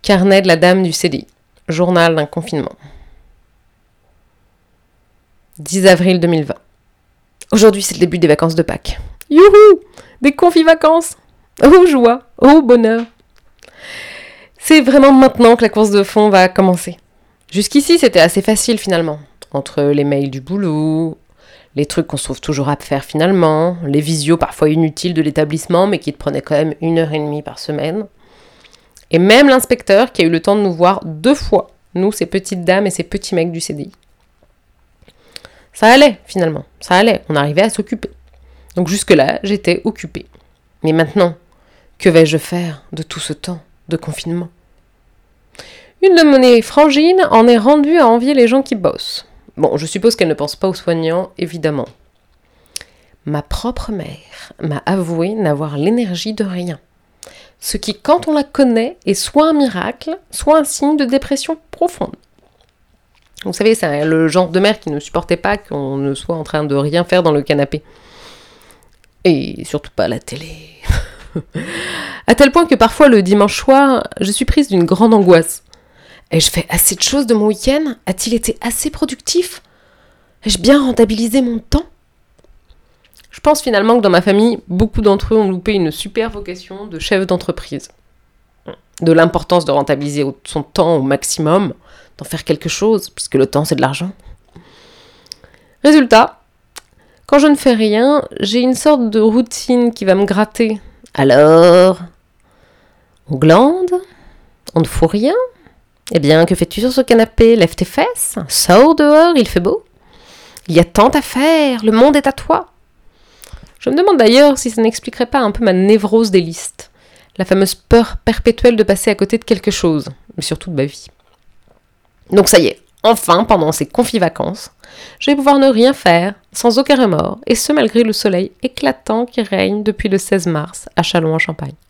Carnet de la dame du CDI. Journal d'un confinement. 10 avril 2020. Aujourd'hui, c'est le début des vacances de Pâques. Youhou! Des confi-vacances! Oh joie! Oh bonheur! C'est vraiment maintenant que la course de fond va commencer. Jusqu'ici, c'était assez facile finalement. Entre les mails du boulot, les trucs qu'on se trouve toujours à faire finalement, les visios parfois inutiles de l'établissement mais qui te prenaient quand même 1h30 par semaine. Et même l'inspecteur qui a eu le temps de nous voir 2 fois, nous, ces petites dames et ces petits mecs du CDI. Ça allait, finalement. Ça allait. On arrivait à s'occuper. Donc jusque-là, j'étais occupée. Mais maintenant, que vais-je faire de tout ce temps de confinement ? Une de mes frangines en est rendue à envier les gens qui bossent. Bon, je suppose qu'elle ne pense pas aux soignants, évidemment. Ma propre mère m'a avoué n'avoir l'énergie de rien. Ce qui, quand on la connaît, est soit un miracle, soit un signe de dépression profonde. Vous savez, c'est le genre de mère qui ne supportait pas qu'on ne soit en train de rien faire dans le canapé. Et surtout pas à la télé. À tel point que parfois, le dimanche soir, je suis prise d'une grande angoisse. Ai-je fait assez de choses de mon week-end ? A-t-il été assez productif ? Ai-je bien rentabilisé mon temps ? Je pense finalement que dans ma famille, beaucoup d'entre eux ont loupé une super vocation de chef d'entreprise. De l'importance de rentabiliser son temps au maximum, d'en faire quelque chose, puisque le temps c'est de l'argent. Résultat, quand je ne fais rien, j'ai une sorte de routine qui va me gratter. Alors, on glande ? On ne fout rien ? Eh bien, que fais-tu sur ce canapé ? Lève tes fesses ? Sors dehors, il fait beau ? Il y a tant à faire, le monde est à toi. Je me demande d'ailleurs si ça n'expliquerait pas un peu ma névrose des listes. La fameuse peur perpétuelle de passer à côté de quelque chose, mais surtout de ma vie. Donc ça y est, enfin, pendant ces confi-vacances, je vais pouvoir ne rien faire, sans aucun remords, et ce malgré le soleil éclatant qui règne depuis le 16 mars à Châlons-en-Champagne.